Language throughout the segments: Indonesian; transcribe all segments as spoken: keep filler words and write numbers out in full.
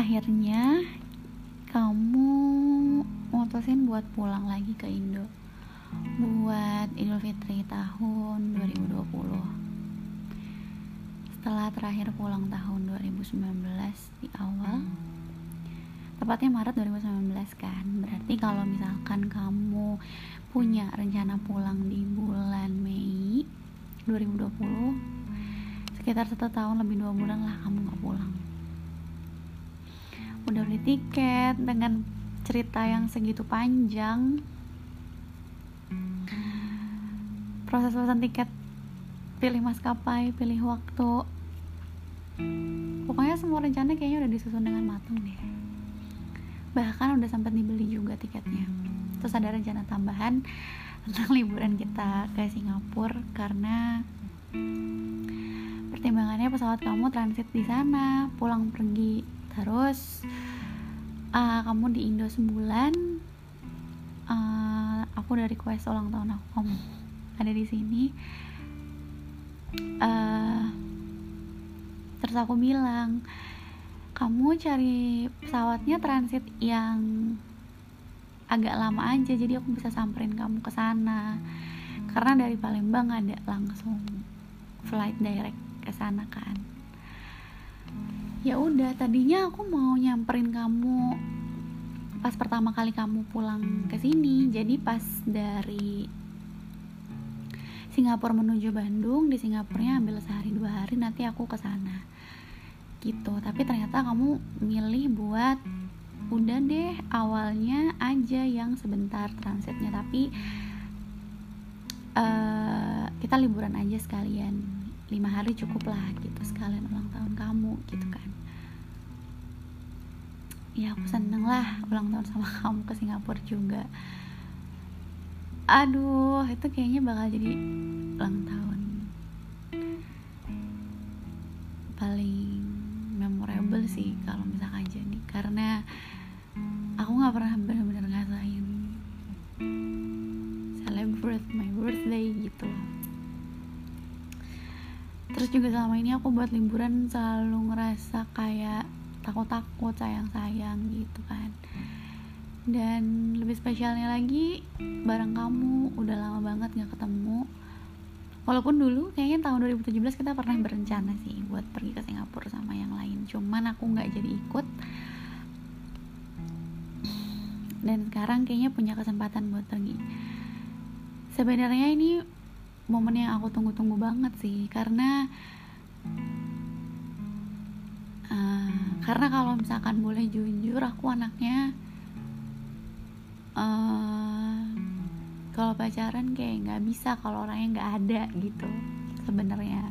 akhirnya kamu mutusin buat pulang lagi ke Indo buat Idul Fitri tahun dua ribu dua puluh. Setelah terakhir pulang tahun dua ribu sembilan belas di awal, tepatnya Maret dua ribu sembilan belas kan. Berarti kalau misalkan kamu punya rencana pulang di bulan Mei dua ribu dua puluh, sekitar satu tahun lebih dua bulan lah kamu gak pulang. Udah beli tiket dengan cerita yang segitu panjang, proses pesan tiket, pilih maskapai, pilih waktu, pokoknya semua rencana kayaknya udah disusun dengan matang deh. Bahkan udah sempat dibeli juga tiketnya. Terus ada rencana tambahan tentang liburan kita ke Singapura karena pertimbangannya pesawat kamu transit di sana, pulang pergi. Terus uh, kamu di Indo sebulan, uh, aku udah request ulang tahun aku kamu ada di sini. Uh, terus aku bilang, kamu cari pesawatnya transit yang agak lama aja, jadi aku bisa samperin kamu ke sana. Karena dari Palembang ada langsung flight direct ke sana kan. Ya udah, tadinya aku mau nyamperin kamu pas pertama kali kamu pulang ke sini. Jadi pas dari Singapura menuju Bandung, di Singapurnya ambil sehari dua hari, nanti aku ke sana. Gitu. Tapi ternyata kamu milih buat udah deh awalnya aja yang sebentar transitnya, tapi uh, kita liburan aja sekalian, lima hari cukup lah gitu, sekalian ulang tahun kamu gitu kan. Ya aku seneng lah ulang tahun sama kamu ke Singapura juga. Aduh, itu kayaknya bakal jadi ulang tahun paling memorable sih kalau misalkan jadi, karena aku nggak pernah benar-benar ngerasain celebrate my birthday gitu. Terus juga selama ini aku buat liburan selalu ngerasa kayak takut-takut, sayang-sayang gitu kan. Dan lebih spesialnya lagi, bareng kamu udah lama banget gak ketemu. Walaupun dulu kayaknya tahun dua ribu tujuh belas kita pernah berencana sih buat pergi ke Singapura sama yang lain, cuman aku gak jadi ikut. Dan sekarang kayaknya punya kesempatan buat pergi. Sebenarnya ini momen yang aku tunggu-tunggu banget sih, karena uh, karena kalau misalkan boleh jujur, aku anaknya uh, kalau pacaran kayak nggak bisa kalau orangnya nggak ada gitu sebenarnya.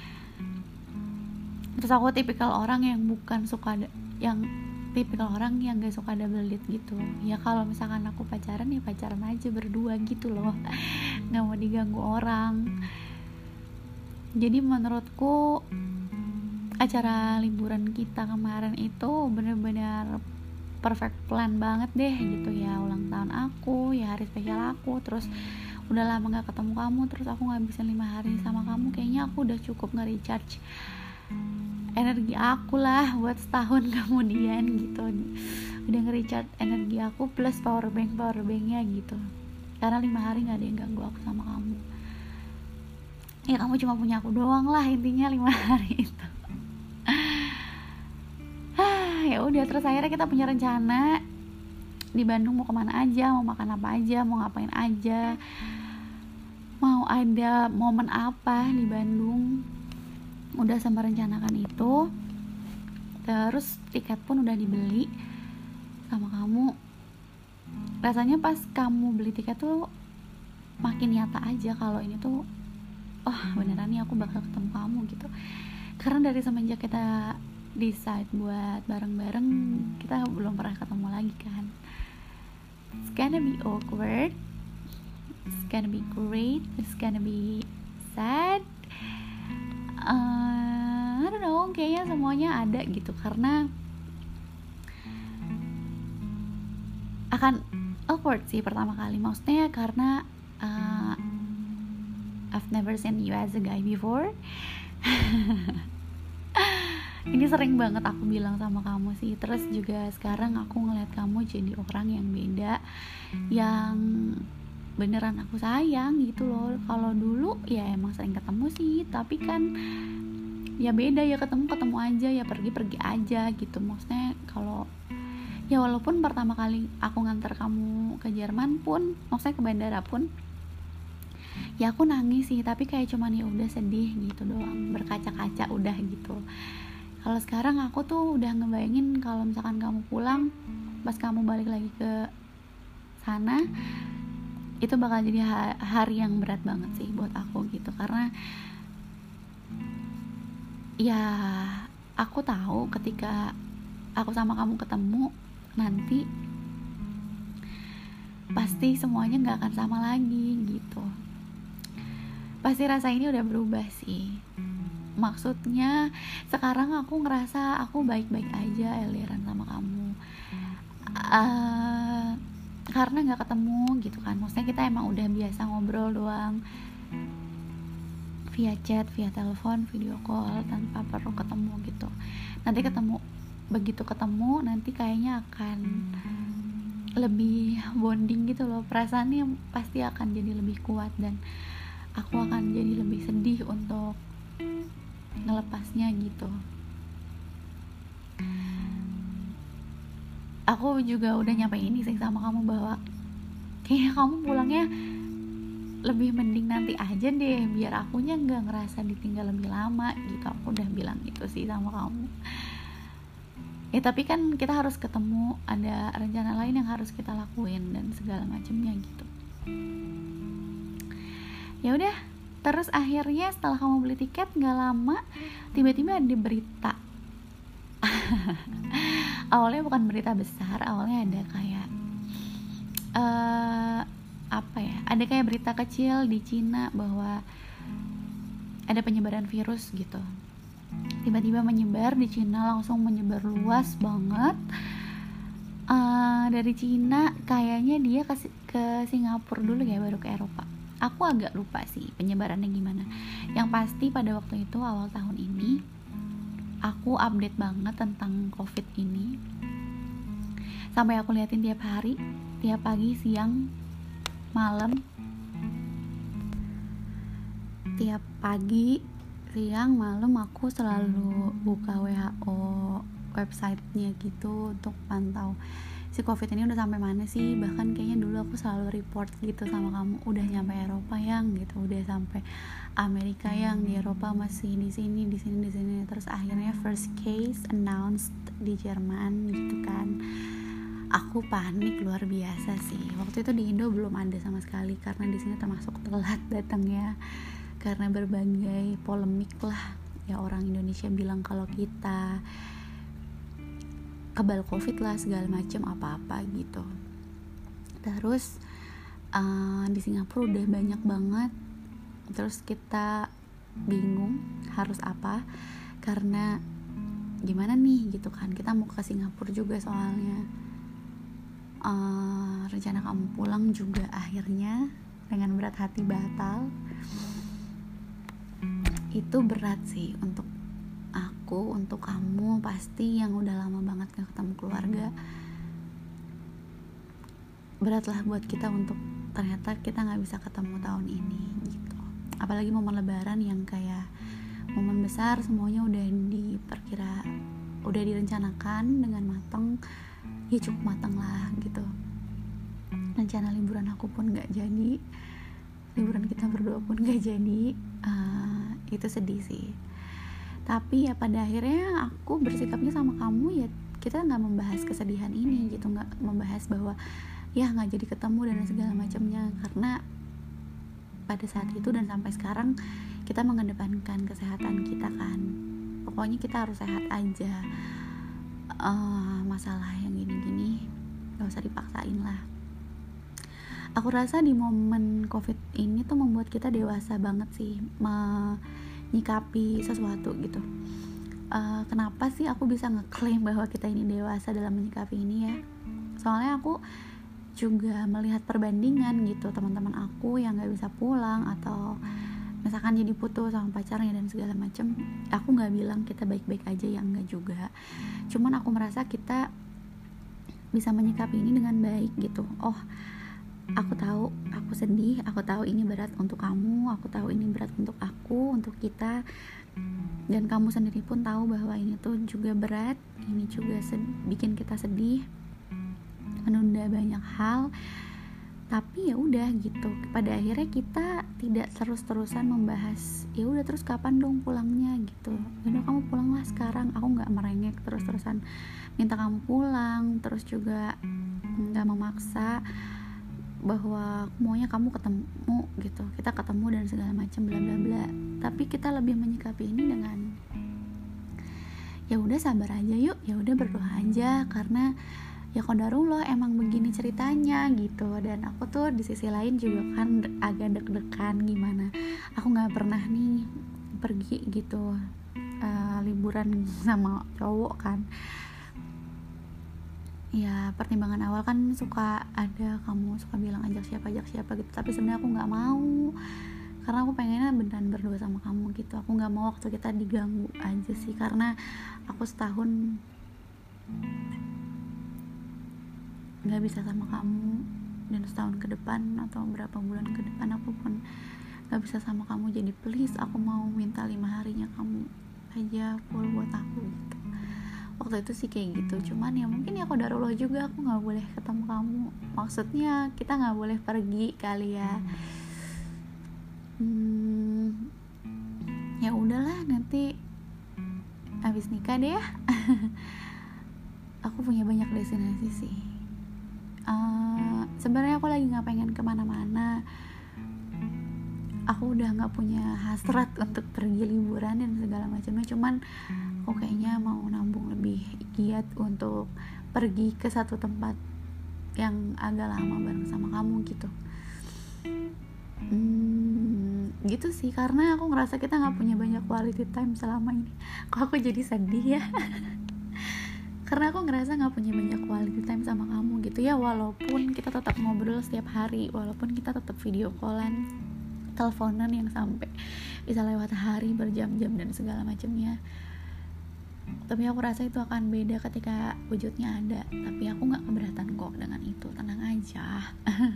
Terus aku tipikal orang yang bukan suka da- yang tipikal orang yang gak suka double date gitu. Ya kalau misalkan aku pacaran, ya pacaran aja berdua gitu loh, gak mau diganggu orang. Jadi menurutku acara liburan kita kemarin itu benar-benar perfect plan banget deh gitu ya. Ulang tahun aku, ya hari spesial aku, terus udah lama gak ketemu kamu, terus aku ngabisin lima hari sama kamu. Kayaknya aku udah cukup nge-recharge energi aku lah buat setahun kemudian gitu. Udah nge-recharge energi aku plus power bank power banknya gitu, karena lima hari nggak ada yang ganggu aku sama kamu. Ya kamu cuma punya aku doang lah intinya lima hari itu. Ya udah, terus akhirnya kita punya rencana di Bandung mau kemana aja, mau makan apa aja, mau ngapain aja, mau ada momen apa di Bandung. Udah sama rencanakan itu. Terus tiket pun udah dibeli sama kamu. Rasanya pas kamu beli tiket tuh makin nyata aja kalau ini tuh, oh beneran nih aku bakal ketemu kamu gitu. Karena dari semenjak kita decide buat bareng-bareng, kita belum pernah ketemu lagi kan. It's gonna be awkward, it's gonna be great, it's gonna be sad. Uh, I don't know, kayaknya semuanya ada gitu, karena akan awkward sih pertama kali. Maksudnya karena uh, I've never seen you as a guy before. Ini sering banget aku bilang sama kamu sih. Terus juga sekarang aku ngeliat kamu jadi orang yang beda, yang beneran aku sayang gitu loh. Kalau dulu ya emang sering ketemu sih, tapi kan ya beda, ya ketemu ketemu aja, ya pergi pergi aja gitu. Maksudnya kalau ya walaupun pertama kali aku nganter kamu ke Jerman pun, maksudnya ke bandara pun, ya aku nangis sih, tapi kayak cuman ya udah sedih gitu doang, berkaca-kaca udah gitu. Kalau sekarang aku tuh udah ngebayangin kalau misalkan kamu pulang, pas kamu balik lagi ke sana, itu bakal jadi hari yang berat banget sih buat aku gitu. Karena ya aku tahu ketika aku sama kamu ketemu nanti pasti semuanya gak akan sama lagi gitu. Pasti rasa ini udah berubah sih. Maksudnya sekarang aku ngerasa aku baik-baik aja LDRan sama kamu, uh, karena gak ketemu gitu kan. Maksudnya kita emang udah biasa ngobrol doang via chat, via telepon, video call, tanpa perlu ketemu gitu. Nanti ketemu, begitu ketemu nanti kayaknya akan lebih bonding gitu loh. Perasaannya pasti akan jadi lebih kuat, dan aku akan jadi lebih sedih untuk ngelepasnya gitu. Aku juga udah nyampe ini sih sama kamu, bahwa kayaknya kamu pulangnya lebih mending nanti aja deh, biar akunya gak ngerasa ditinggal lebih lama gitu. Aku udah bilang itu sih sama kamu. Ya tapi kan kita harus ketemu, ada rencana lain yang harus kita lakuin dan segala macamnya gitu. Ya udah, terus akhirnya setelah kamu beli tiket nggak lama tiba-tiba ada berita. Awalnya bukan berita besar, awalnya ada kayak uh, apa ya? Ada kayak berita kecil di Cina bahwa ada penyebaran virus gitu. Tiba-tiba menyebar di Cina, langsung menyebar luas banget. Uh, dari Cina kayaknya dia ke, ke Singapura dulu ya, baru ke Eropa. Aku agak lupa sih penyebarannya gimana. Yang pasti pada waktu itu awal tahun ini aku update banget tentang COVID ini. Sampai aku liatin tiap hari, tiap pagi, siang, malam. Tiap pagi, siang, malam aku selalu buka W H O websitenya gitu untuk pantau si COVID ini udah sampai mana sih. Bahkan kayaknya dulu aku selalu report gitu sama kamu, udah nyampe Eropa yang gitu, udah sampai Amerika yang, di Eropa masih di sini, di sini, di sini. Terus akhirnya first case announced di Jerman gitu kan. Aku panik luar biasa sih. Waktu itu di Indo belum ada sama sekali, karena di sini termasuk telat datangnya karena berbagai polemik lah. Ya orang Indonesia bilang kalau kita kebal COVID lah, segala macam apa-apa gitu. Terus uh, di Singapura udah banyak banget. Terus kita bingung harus apa, karena gimana nih gitu kan. Kita mau ke Singapura juga soalnya. Uh, rencana kamu pulang juga akhirnya dengan berat hati batal. Itu berat sih untuk aku, untuk kamu pasti yang udah lama banget gak ketemu keluarga. Berat lah buat kita untuk ternyata kita gak bisa ketemu tahun ini gitu. Apalagi momen lebaran yang kayak momen besar, semuanya udah diperkira, udah direncanakan dengan matang. Ya cukup matang lah gitu. Rencana liburan aku pun gak jadi, liburan kita berdua pun gak jadi. uh, Itu sedih sih. Tapi ya pada akhirnya aku bersikapnya sama kamu, ya kita gak membahas kesedihan ini gitu, gak membahas bahwa ya gak jadi ketemu dan segala macamnya. Karena pada saat itu dan sampai sekarang kita mengedepankan kesehatan kita kan. Pokoknya kita harus sehat aja. uh, Masalah yang gini-gini gak usah dipaksain lah. Aku rasa di momen COVID ini tuh membuat kita dewasa banget sih menyikapi sesuatu gitu. Uh, kenapa sih aku bisa ngeklaim bahwa kita ini dewasa dalam menyikapi ini ya? Soalnya aku juga melihat perbandingan gitu, teman-teman aku yang gak bisa pulang atau misalkan jadi putus sama pacarnya dan segala macem, aku nggak bilang kita baik-baik aja, ya enggak juga, cuman aku merasa kita bisa menyikapi ini dengan baik gitu. Oh, aku tahu aku sedih, aku tahu ini berat untuk kamu, aku tahu ini berat untuk aku, untuk kita, dan kamu sendiri pun tahu bahwa ini tuh juga berat, ini juga sed- bikin kita sedih, menunda banyak hal. Tapi ya udah gitu, pada akhirnya kita tidak terus-terusan membahas ya udah terus kapan dong pulangnya gitu. Udah kamu pulanglah sekarang, aku nggak merengek terus-terusan minta kamu pulang, terus juga nggak memaksa bahwa maunya kamu ketemu gitu, kita ketemu dan segala macam bla bla bla. Tapi kita lebih menyikapi ini dengan ya udah sabar aja yuk, ya udah berdoa aja, karena ya qadarullah emang begini ceritanya gitu. Dan aku tuh di sisi lain juga kan agak deg-degan, gimana aku nggak pernah nih pergi gitu uh, liburan sama cowok kan. Ya pertimbangan awal kan suka ada, kamu suka bilang ajak siapa ajak siapa gitu, tapi sebenarnya aku nggak mau, karena aku pengennya beneran berdua sama kamu gitu. Aku nggak mau waktu kita diganggu aja sih, karena aku setahun nggak bisa sama kamu, dan setahun ke depan atau berapa bulan ke depan aku pun nggak bisa sama kamu. Jadi please, aku mau minta lima harinya kamu aja full buat aku gitu. Waktu itu sih kayak gitu, cuman ya mungkin ya qadarullah juga aku nggak boleh ketemu kamu, maksudnya kita nggak boleh pergi kali ya. hmm, ya udahlah, nanti habis nikah deh ya. Aku punya banyak destinasi sih. Uh, sebenarnya aku lagi nggak pengen kemana-mana, aku udah nggak punya hasrat untuk pergi liburan dan segala macamnya, cuman aku kayaknya mau nabung lebih giat untuk pergi ke satu tempat yang agak lama bareng sama kamu gitu. Hmm, gitu sih, karena aku ngerasa kita nggak punya banyak quality time selama ini. Kok aku jadi sedih ya? Karena aku ngerasa gak punya banyak quality time sama kamu gitu ya. Walaupun kita tetap ngobrol setiap hari, walaupun kita tetap video callan, teleponan yang sampai bisa lewat hari berjam-jam dan segala macamnya, tapi aku rasa itu akan beda ketika wujudnya ada. Tapi aku gak keberatan kok dengan itu, tenang aja.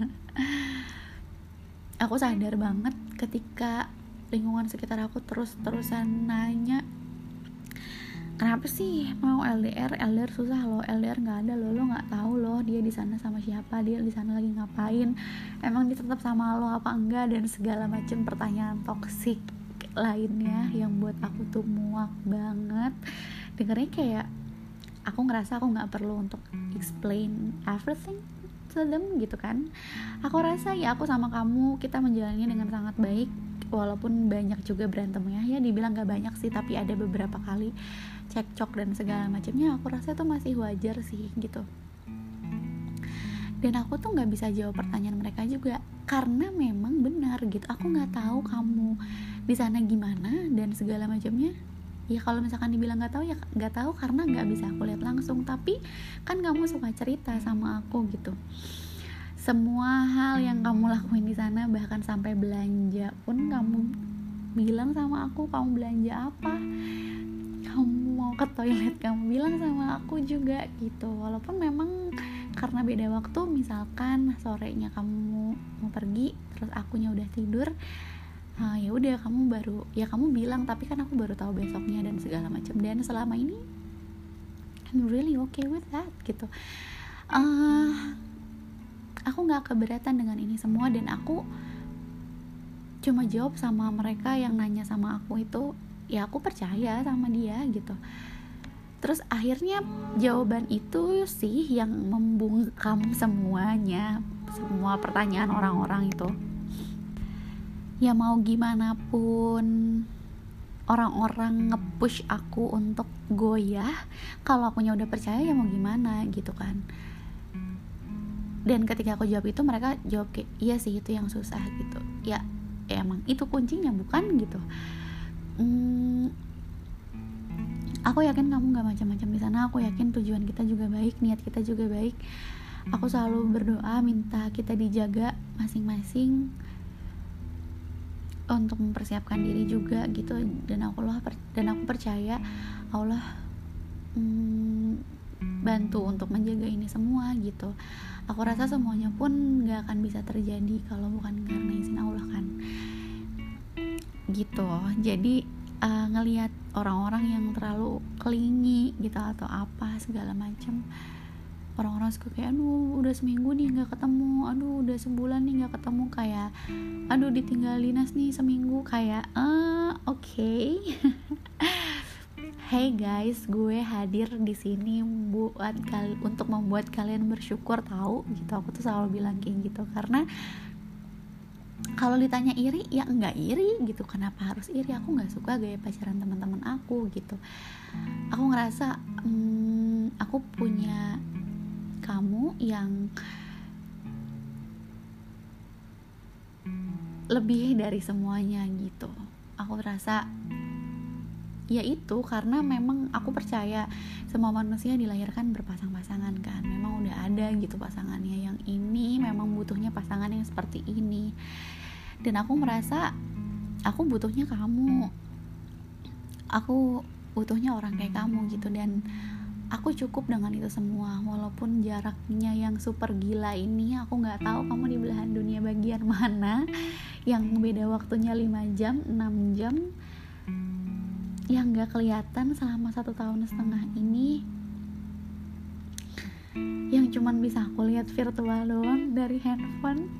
Aku sadar banget ketika lingkungan sekitar aku terus-terusan nanya, kenapa sih mau L D R? L D R susah loh, L D R nggak ada loh, lo nggak tahu loh dia di sana sama siapa, dia di sana lagi ngapain, emang dia tetap sama lo apa enggak, dan segala macam pertanyaan toksik lainnya yang buat aku tuh muak banget dengernya. Kayak aku ngerasa aku nggak perlu untuk explain everything to them gitu kan. Aku rasa ya aku sama kamu kita menjalannya dengan sangat baik, walaupun banyak juga berantemnya, ya dibilang gak banyak sih, tapi ada beberapa kali cekcok dan segala macamnya. Aku rasa itu masih wajar sih gitu. Dan aku tuh nggak bisa jawab pertanyaan mereka juga, karena memang benar gitu, aku nggak tahu kamu di sana gimana dan segala macamnya. Ya kalau misalkan dibilang nggak tahu ya nggak tahu, karena nggak bisa aku lihat langsung. Tapi kan kamu suka cerita sama aku gitu, semua hal yang kamu lakuin di sana, bahkan sampai belanja pun kamu bilang sama aku kamu belanja apa, kamu mau ke toilet kamu bilang sama aku juga gitu. Walaupun memang karena beda waktu, misalkan sorenya kamu mau pergi terus akunya udah tidur, nah, ya udah kamu baru ya kamu bilang, tapi kan aku baru tahu besoknya dan segala macam. Dan selama ini I'm really okay with that gitu. Uh, aku nggak keberatan dengan ini semua, dan aku cuma jawab sama mereka yang nanya sama aku itu, ya aku percaya sama dia gitu. Terus akhirnya jawaban itu sih yang membungkam semuanya, semua pertanyaan orang-orang itu. Ya mau gimana pun orang-orang nge-push aku untuk goyah, kalau akunya udah percaya ya mau gimana gitu kan. Dan ketika aku jawab itu, mereka jawab kayak iya sih itu yang susah gitu. Ya, ya emang itu kuncinya bukan gitu. Hmm, aku yakin kamu gak macam-macam di sana. Aku yakin tujuan kita juga baik, niat kita juga baik. Aku selalu berdoa minta kita dijaga masing-masing. untuk mempersiapkan diri juga gitu. Dan aku lah dan aku percaya Allah hmm, bantu untuk menjaga ini semua gitu. Aku rasa semuanya pun gak akan bisa terjadi kalau bukan karena izin Allah kan gitu. Jadi uh, ngelihat orang-orang yang terlalu clingy gitu atau apa segala macam, orang-orang suka kayak aduh udah seminggu nih nggak ketemu, aduh udah sebulan nih nggak ketemu, kayak aduh ditinggal dinas nih seminggu, kayak eh oke okay. Hey guys, gue hadir di sini buat kal- untuk membuat kalian bersyukur tahu gitu. Aku tuh selalu bilang kayak gitu karena kalau ditanya iri ya enggak iri gitu. Kenapa harus iri? Aku nggak suka gaya pacaran teman-teman aku gitu. Aku ngerasa hmm, aku punya kamu yang lebih dari semuanya gitu. Aku rasa ya itu karena memang aku percaya semua manusia dilahirkan berpasang-pasangan kan. Memang udah ada gitu pasangannya yang ini memang butuhnya pasangan yang seperti ini. Dan aku merasa aku butuhnya kamu. Aku butuhnya orang kayak kamu gitu, dan aku cukup dengan itu semua. Walaupun jaraknya yang super gila ini, aku nggak tahu kamu di belahan dunia bagian mana yang beda waktunya lima jam, enam jam, yang nggak kelihatan selama satu tahun setengah ini, yang cuman bisa aku lihat virtual doang dari handphone.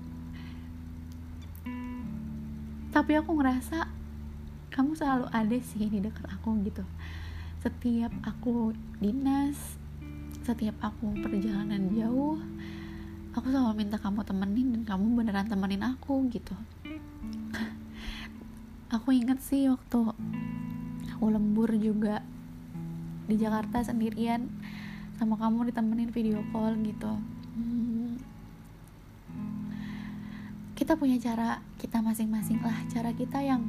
Tapi aku ngerasa kamu selalu ada sih di dekat aku gitu. Setiap aku dinas, setiap aku perjalanan jauh, aku selalu minta kamu temenin, dan kamu beneran temenin aku gitu. Aku inget sih waktu aku lembur juga di Jakarta sendirian, sama kamu ditemenin video call gitu. hmm. Kita punya cara kita masing-masing lah, cara kita yang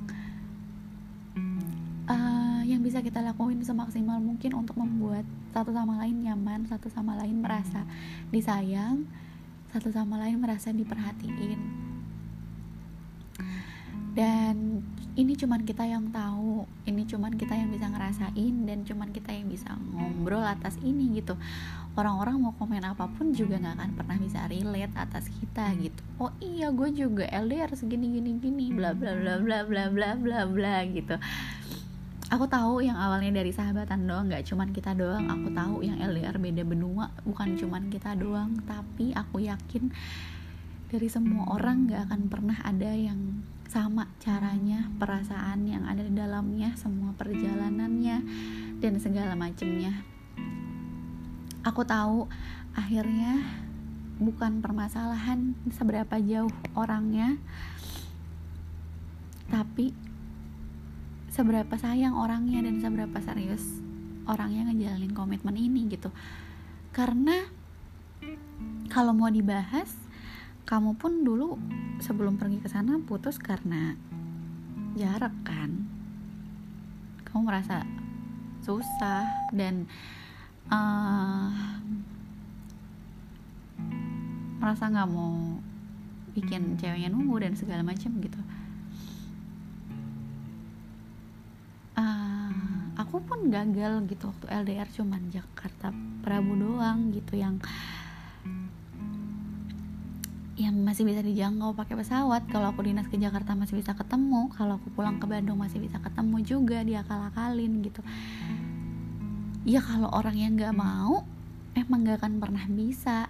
uh, yang bisa kita lakuin semaksimal mungkin untuk membuat satu sama lain nyaman, satu sama lain merasa disayang, satu sama lain merasa diperhatiin. Dan ini cuman kita yang tahu, ini cuman kita yang bisa ngerasain, dan cuman kita yang bisa ngobrol atas ini gitu. Orang-orang mau komen apapun juga gak akan pernah bisa relate atas kita gitu. Oh iya, gue juga L D R segini gini gini bla bla bla bla bla bla bla bla gitu. Aku tahu yang awalnya dari sahabatan doang, gak cuman kita doang. Aku tahu yang L D R beda benua, bukan cuman kita doang. Tapi aku yakin dari semua orang gak akan pernah ada yang sama caranya, perasaan yang ada di dalamnya, semua perjalanannya, dan segala macemnya. Aku tahu akhirnya bukan permasalahan seberapa jauh orangnya, tapi seberapa sayang orangnya dan seberapa serius orangnya ngejalanin komitmen ini gitu. Karena kalau mau dibahas, kamu pun dulu sebelum pergi ke sana putus karena jarak kan. Kamu merasa susah dan uh, merasa nggak mau bikin ceweknya nunggu dan segala macam gitu. Uh, aku pun gagal gitu waktu L D R, cuman Jakarta Prabu doang gitu yang yang masih bisa dijangkau pakai pesawat. Kalau aku dinas ke Jakarta masih bisa ketemu, kalau aku pulang ke Bandung masih bisa ketemu juga, diakal-akalin gitu. Ya kalau orang yang nggak mau, emang nggak akan pernah bisa,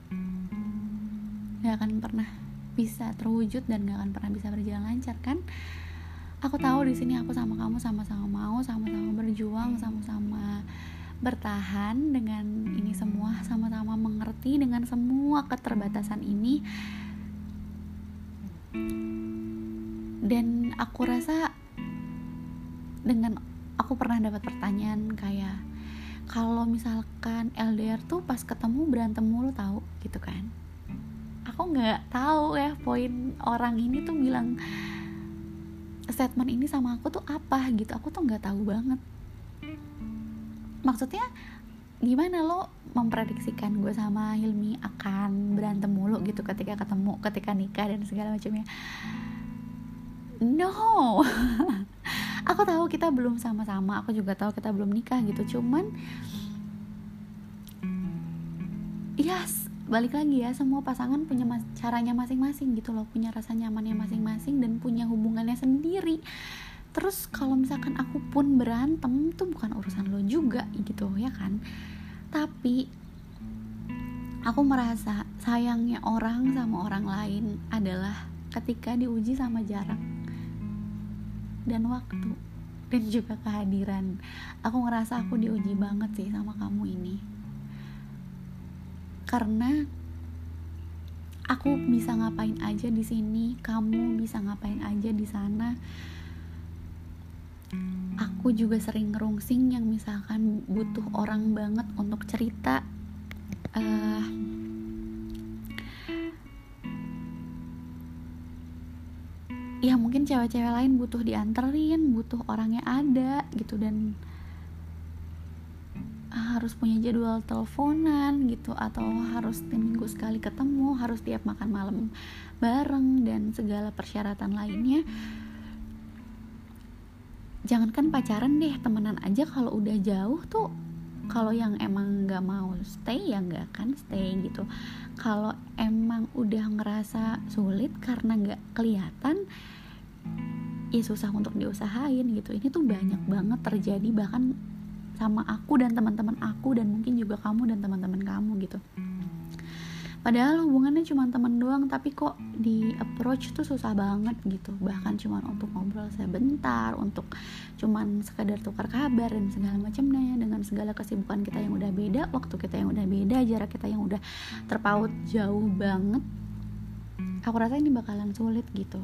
nggak akan pernah bisa terwujud dan nggak akan pernah bisa berjalan lancar kan. Aku tahu di sini aku sama kamu sama-sama mau, sama-sama berjuang, sama-sama bertahan dengan ini semua, sama-sama mengerti dengan semua keterbatasan ini. Dan aku rasa dengan aku pernah dapat pertanyaan kayak, kalau misalkan L D R tuh pas ketemu berantem mulu tahu gitu kan. Aku nggak tahu ya poin orang ini tuh bilang statement ini sama aku tuh apa gitu. Aku tuh nggak tahu banget. Maksudnya gimana lo memprediksikan gue sama Hilmi akan berantem mulu gitu ketika ketemu, ketika nikah dan segala macamnya? no. Aku tahu kita belum sama-sama, aku juga tahu kita belum nikah gitu, cuman yes, balik lagi ya, semua pasangan punya mas- caranya masing-masing gitu loh, punya rasa nyamannya masing-masing dan punya hubungannya sendiri. Terus kalau misalkan aku pun berantem, tuh bukan urusan lo juga gitu ya kan. Tapi aku merasa sayangnya orang sama orang lain adalah ketika diuji sama jarak dan waktu dan juga kehadiran. Aku ngerasa aku diuji banget sih sama kamu ini, karena aku bisa ngapain aja di sini, kamu bisa ngapain aja di sana. Aku juga sering ngerungsing yang misalkan butuh orang banget untuk cerita. Uh, ya mungkin cewek-cewek lain butuh dianterin, butuh orangnya ada gitu, dan harus punya jadwal teleponan gitu, atau harus minggu sekali ketemu, harus tiap makan malam bareng dan segala persyaratan lainnya. Jangankan pacaran deh, temenan aja kalau udah jauh tuh, kalau yang emang gak mau stay ya gak akan stay gitu. Kalau emang udah ngerasa sulit karena gak kelihatan, ya susah untuk diusahain gitu. Ini tuh banyak banget terjadi, bahkan sama aku dan teman-teman aku, dan mungkin juga kamu dan teman-teman kamu gitu. Padahal hubungannya cuma teman doang, tapi kok di approach tuh susah banget gitu. Bahkan cuma untuk ngobrol sebentar, untuk cuman sekadar tukar kabar dan segala macamnya, dengan segala kesibukan kita yang udah beda, waktu kita yang udah beda, jarak kita yang udah terpaut jauh banget. Aku rasa ini bakalan sulit gitu.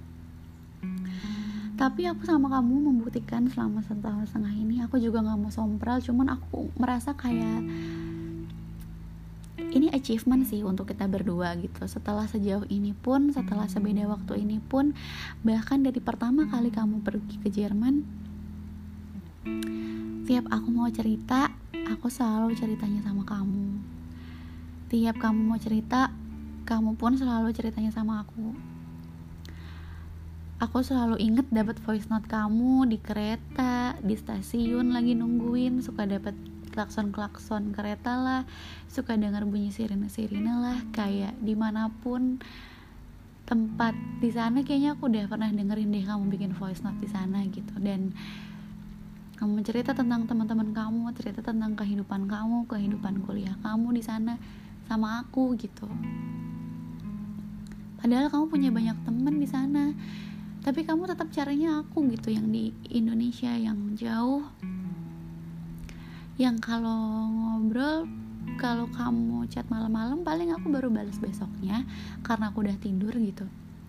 Tapi aku sama kamu membuktikan selama setahun setengah ini. Aku juga gak mau sompral, cuman aku merasa kayak ini achievement sih untuk kita berdua gitu. Setelah sejauh ini pun, setelah sebeda waktu ini pun, bahkan dari pertama kali kamu pergi ke Jerman, tiap aku mau cerita, aku selalu ceritanya sama kamu. Tiap kamu mau cerita, kamu pun selalu ceritanya sama aku. Aku selalu inget dapat voice note kamu di kereta, di stasiun lagi nungguin, suka dapat klakson-klakson kereta lah, suka dengar bunyi sirine-sirine lah, kayak dimanapun tempat di sana kayaknya aku udah pernah dengerin deh kamu bikin voice note di sana gitu. Dan kamu cerita tentang teman-teman kamu, cerita tentang kehidupan kamu, kehidupan kuliah kamu di sana sama aku gitu. Padahal kamu punya banyak teman di sana, tapi kamu tetap caranya aku gitu, yang di Indonesia yang jauh, yang kalau ngobrol, kalau kamu chat malam-malam paling aku baru balas besoknya karena aku udah tidur gitu.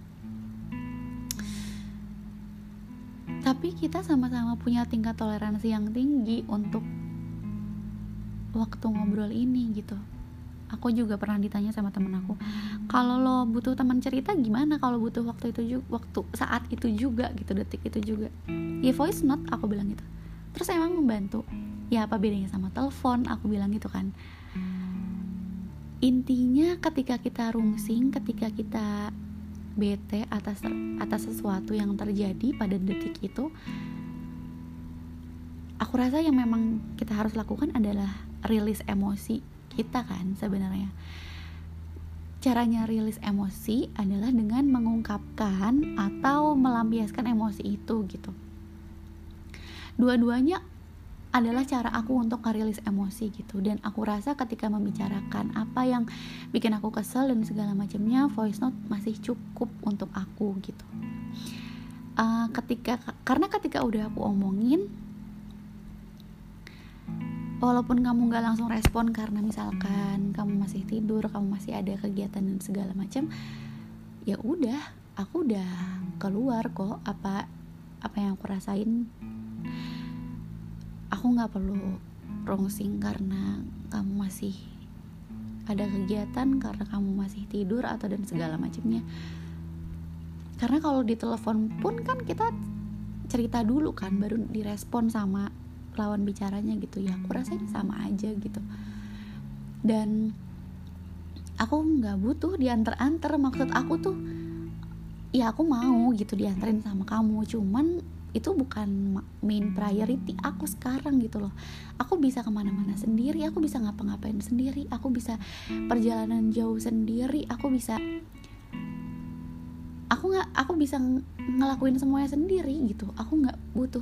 Tapi kita sama-sama punya tingkat toleransi yang tinggi untuk waktu ngobrol ini gitu. Aku juga pernah ditanya sama temen aku, kalau lo butuh teman cerita gimana, kalau butuh waktu itu juga, waktu saat itu juga gitu, detik itu juga, ya voice note, aku bilang gitu. Terus emang membantu? Ya apa bedanya sama telepon, aku bilang gitu kan. Intinya ketika kita rungsing, ketika kita bete atas atas sesuatu yang terjadi pada detik itu, aku rasa yang memang kita harus lakukan adalah rilis emosi kita kan sebenarnya. Caranya rilis emosi adalah dengan mengungkapkan atau melampiaskan emosi itu gitu. Dua-duanya adalah cara aku untuk ngerilis emosi gitu. Dan aku rasa ketika membicarakan apa yang bikin aku kesel dan segala macamnya, voice note masih cukup untuk aku gitu. Uh, ketika karena ketika udah aku omongin, walaupun kamu gak langsung respon karena misalkan kamu masih tidur, kamu masih ada kegiatan dan segala macam, ya udah, aku udah keluar kok apa apa yang aku rasain. Aku nggak perlu rungsing karena kamu masih ada kegiatan, karena kamu masih tidur atau dan segala macamnya. Karena kalau di telepon pun kan kita cerita dulu kan, baru direspon sama lawan bicaranya gitu. Ya aku rasa ini sama aja gitu. Dan aku nggak butuh diantar-antar. Maksud aku tuh ya aku mau gitu dianterin sama kamu, cuman itu bukan main priority aku sekarang gitu loh. Aku bisa kemana-mana sendiri, aku bisa ngapa-ngapain sendiri, aku bisa perjalanan jauh sendiri, aku bisa aku nggak aku bisa ngelakuin semuanya sendiri gitu. Aku nggak butuh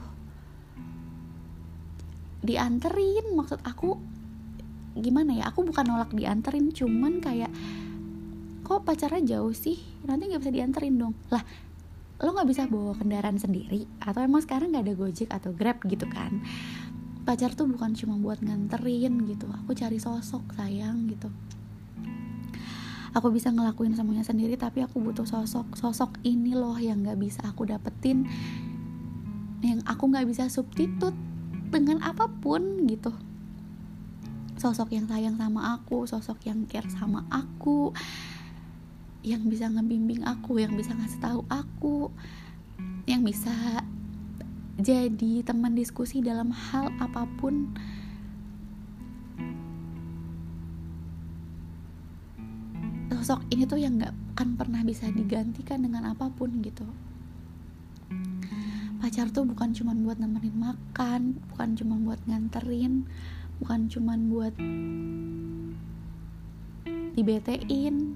dianterin. Maksud aku gimana ya, aku bukan nolak dianterin, cuman kayak kok pacarnya jauh sih, nanti nggak bisa dianterin dong. Lah, lo nggak bisa bawa kendaraan sendiri atau emang sekarang nggak ada Gojek atau Grab gitu kan? Pacar tuh bukan cuma buat nganterin gitu. Aku cari sosok sayang gitu. Aku bisa ngelakuin semuanya sendiri, tapi aku butuh sosok. Sosok ini loh yang nggak bisa aku dapetin, yang aku nggak bisa substitut dengan apapun gitu. Sosok yang sayang sama aku, sosok yang care sama aku, yang bisa ngebimbing aku, yang bisa ngasih tahu aku, yang bisa jadi teman diskusi dalam hal apapun. Sosok ini tuh yang gak akan pernah bisa digantikan dengan apapun gitu. Pacar tuh bukan cuma buat nemenin makan, bukan cuma buat nganterin, bukan cuma buat dibetein.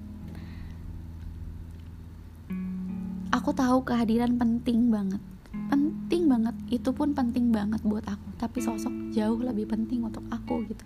Aku tahu kehadiran penting banget, penting banget, itu pun penting banget buat aku. Tapi sosok jauh lebih penting untuk aku gitu.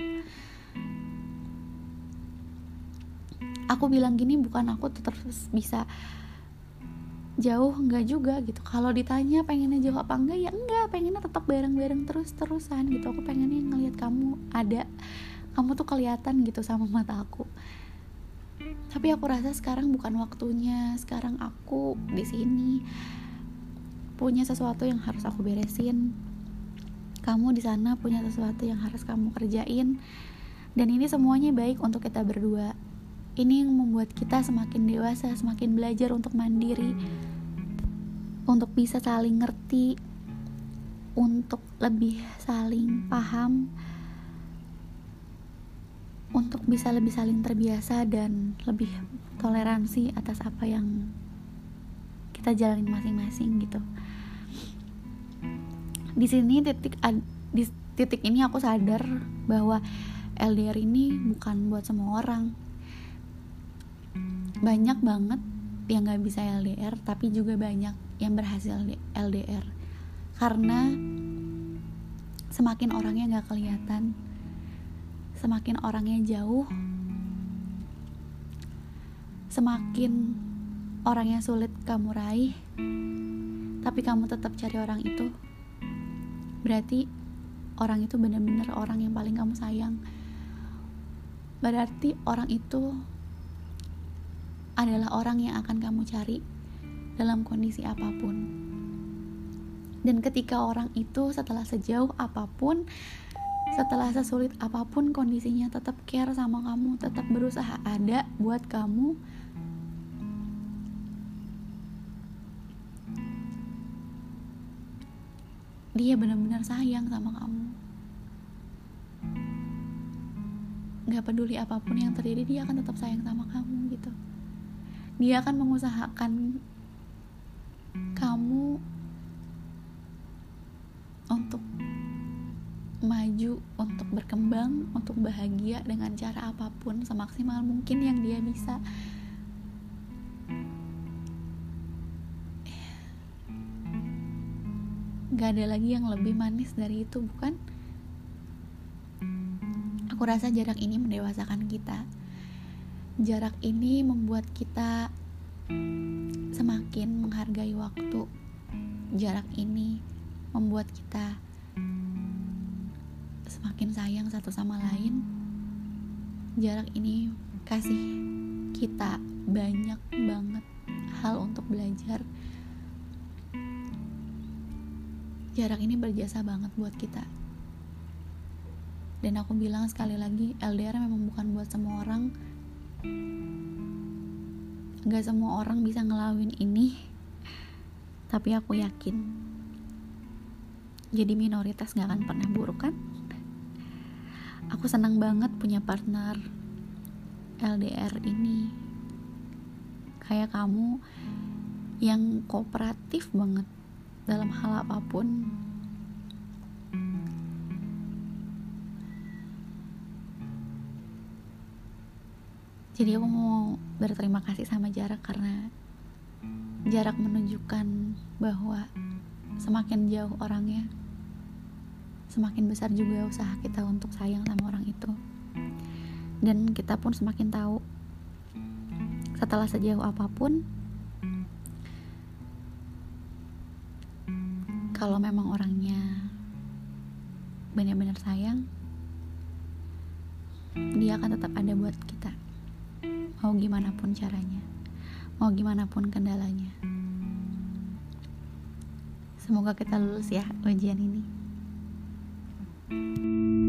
Aku bilang gini bukan aku terus bisa jauh, enggak juga gitu. Kalau ditanya pengennya jauh apa enggak, ya enggak, pengennya tetap bareng-bareng terus-terusan gitu. Aku pengennya ngelihat kamu ada, kamu tuh kelihatan gitu sama mata aku. Tapi aku rasa sekarang bukan waktunya. Sekarang aku di sini punya sesuatu yang harus aku beresin. Kamu di sana punya sesuatu yang harus kamu kerjain. Dan ini semuanya baik untuk kita berdua. Ini yang membuat kita semakin dewasa, semakin belajar untuk mandiri, untuk bisa saling ngerti, untuk lebih saling paham, untuk bisa lebih saling terbiasa dan lebih toleransi atas apa yang kita jalanin masing-masing gitu. Di sini titik di titik ini aku sadar bahwa L D R ini bukan buat semua orang. Banyak banget yang gak bisa L D R, tapi juga banyak yang berhasil L D R. Karena semakin orangnya gak kelihatan, semakin orangnya jauh, semakin orangnya sulit kamu raih, tapi kamu tetap cari orang itu, berarti orang itu benar-benar orang yang paling kamu sayang. Berarti orang itu adalah orang yang akan kamu cari dalam kondisi apapun. Dan ketika orang itu setelah sejauh apapun, setelah sesulit apapun kondisinya, tetap care sama kamu, tetap berusaha ada buat kamu, dia benar-benar sayang sama kamu. Gak peduli apapun yang terjadi, dia akan tetap sayang sama kamu gitu. Dia akan mengusahakan kamu untuk maju, untuk berkembang, untuk bahagia dengan cara apapun, semaksimal mungkin yang dia bisa. Gak ada lagi yang lebih manis dari itu, bukan? Aku rasa jarak ini mendewasakan kita. Jarak ini membuat kita semakin menghargai waktu. Jarak ini membuat kita semakin sayang satu sama lain. Jarak ini kasih kita banyak banget hal untuk belajar. Jarak ini berjasa banget buat kita. Dan aku bilang sekali lagi, L D R memang bukan buat semua orang. Gak semua orang bisa ngelaluin ini, tapi aku yakin jadi minoritas gak akan pernah buruk kan. Aku senang banget punya partner L D R ini. Kayak kamu yang kooperatif banget dalam hal apapun. Jadi aku mau berterima kasih sama jarak, karena jarak menunjukkan bahwa semakin jauh orangnya, semakin besar juga usaha kita untuk sayang sama orang itu. Dan kita pun semakin tahu setelah sejauh apapun, kalau memang orangnya benar-benar sayang, dia akan tetap ada buat kita, mau gimana pun caranya, mau gimana pun kendalanya. Semoga kita lulus ya ujian ini.